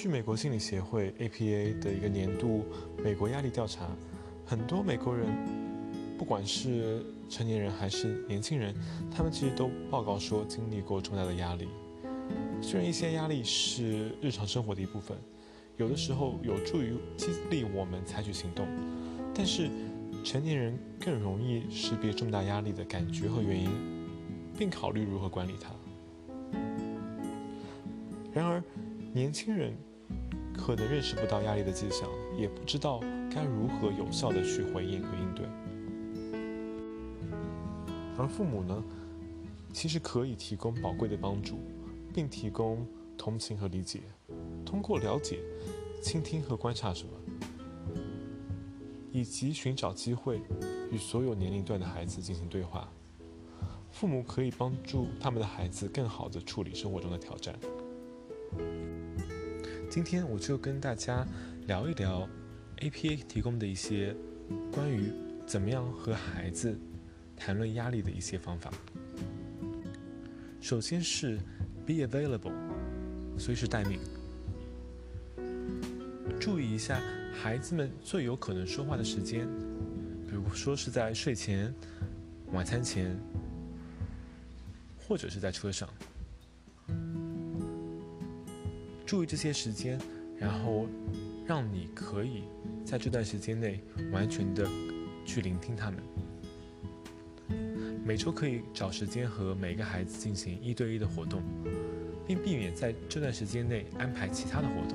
据美国心理协会 APA 的一个年度美国压力调查，很多美国人，不管是成年人还是年轻人，他们其实都报告说经历过重大的压力。虽然一些压力是日常生活的一部分，有的时候有助于激励我们采取行动，但是成年人更容易识别重大压力的感觉和原因，并考虑如何管理它。然而，年轻人可能认识不到压力的迹象，也不知道该如何有效地去回应和应对。而父母呢，其实可以提供宝贵的帮助，并提供同情和理解，通过了解、倾听和观察者，以及寻找机会与所有年龄段的孩子进行对话。父母可以帮助他们的孩子更好地处理生活中的挑战。今天我就跟大家聊一聊 APA 提供的一些关于怎么样和孩子谈论压力的一些方法。首先是 be available， 随时待命。注意一下孩子们最有可能说话的时间，比如说是在睡前、晚餐前，或者是在车上。注意这些时间，然后让你可以在这段时间内完全的去聆听他们。每周可以找时间和每个孩子进行1对1的活动，并避免在这段时间内安排其他的活动。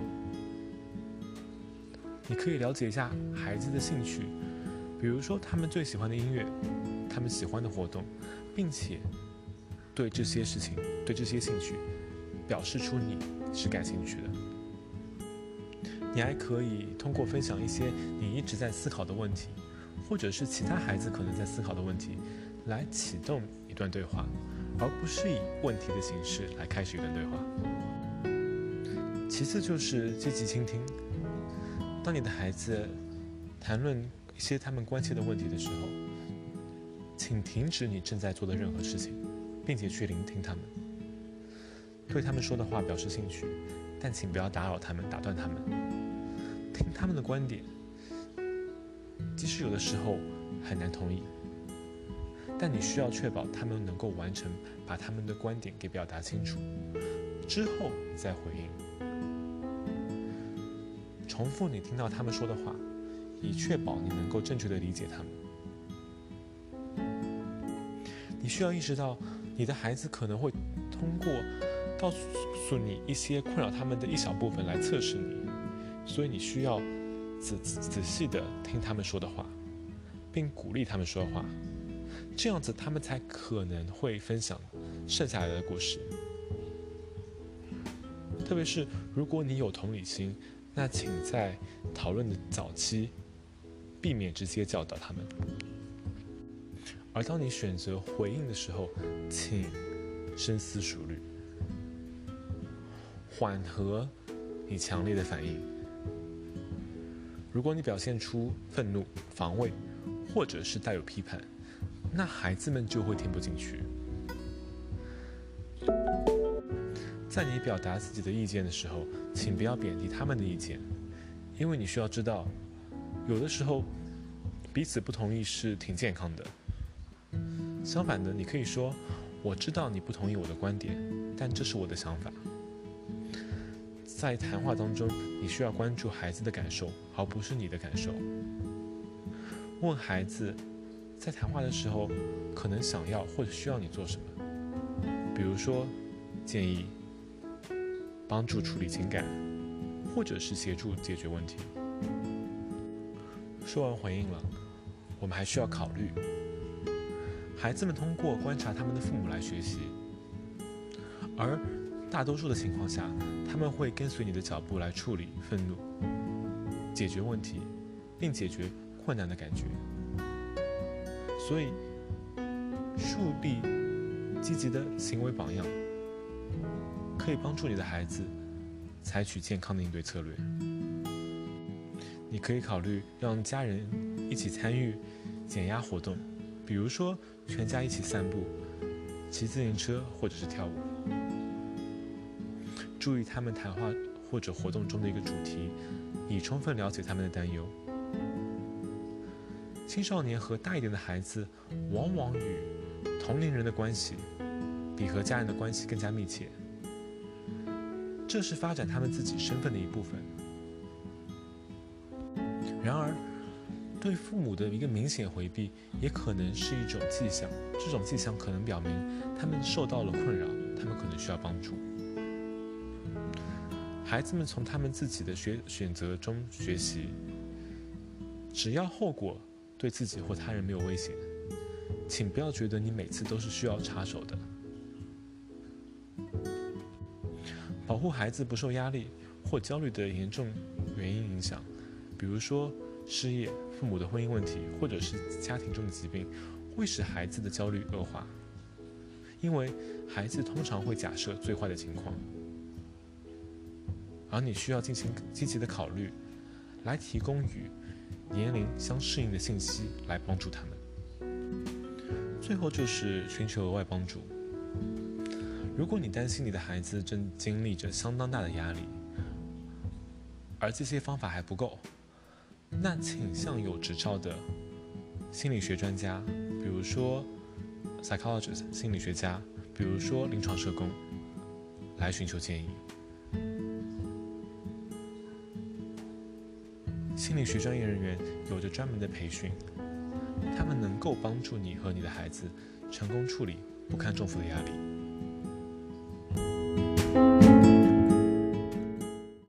你可以了解一下孩子的兴趣，比如说他们最喜欢的音乐，他们喜欢的活动，并且对这些事情、对这些兴趣表示出你是感兴趣的。你还可以通过分享一些你一直在思考的问题，或者是其他孩子可能在思考的问题，来启动一段对话，而不是以问题的形式来开始一段对话。其次就是积极倾听。当你的孩子谈论一些他们关切的问题的时候，请停止你正在做的任何事情，并且去聆听他们。对他们说的话表示兴趣，但请不要打扰他们、打断他们。听他们的观点，即使有的时候很难同意，但你需要确保他们能够完成把他们的观点给表达清楚，之后再回应。重复你听到他们说的话，以确保你能够正确的理解他们。你需要意识到，你的孩子可能会通过告诉你一些困扰他们的一小部分来测试你，所以你需要仔细的听他们说的话，并鼓励他们说话，这样子他们才可能会分享剩下来的故事。特别是如果你有同理心，那请在讨论的早期避免直接教导他们，而当你选择回应的时候，请深思熟虑，缓和你强烈的反应。如果你表现出愤怒、防卫，或者是带有批判，那孩子们就会听不进去。在你表达自己的意见的时候，请不要贬低他们的意见，因为你需要知道，有的时候彼此不同意是挺健康的。相反的，你可以说，我知道你不同意我的观点，但这是我的想法。在谈话当中，你需要关注孩子的感受，而不是你的感受。问孩子在谈话的时候可能想要或者需要你做什么，比如说建议、帮助处理情感，或者是协助解决问题。说完回应了，我们还需要考虑，孩子们通过观察他们的父母来学习，而大多数的情况下，他们会跟随你的脚步来处理愤怒、解决问题，并解决困难的感觉。所以，树立积极的行为榜样，可以帮助你的孩子采取健康的应对策略。你可以考虑让家人一起参与减压活动，比如说全家一起散步、骑自行车或者是跳舞。注意他们谈话或者活动中的一个主题，以充分了解他们的担忧。青少年和大一点的孩子往往与同龄人的关系比和家人的关系更加密切，这是发展他们自己身份的一部分。然而，对父母的一个明显回避也可能是一种迹象，这种迹象可能表明他们受到了困扰，他们可能需要帮助。孩子们从他们自己的选择中学习，只要后果对自己或他人没有危险，请不要觉得你每次都是需要插手的。保护孩子不受压力或焦虑的严重原因影响，比如说失业、父母的婚姻问题，或者是家庭中的疾病，会使孩子的焦虑恶化。因为孩子通常会假设最坏的情况，而你需要进行积极的考虑，来提供与年龄相适应的信息来帮助他们。最后就是寻求额外帮助。如果你担心你的孩子正经历着相当大的压力，而这些方法还不够，那请向有执照的心理学专家，比如说 psychologist 心理学家，比如说临床社工，来寻求建议。心理学专业人员有着专门的培训，他们能够帮助你和你的孩子成功处理不堪重负的压力。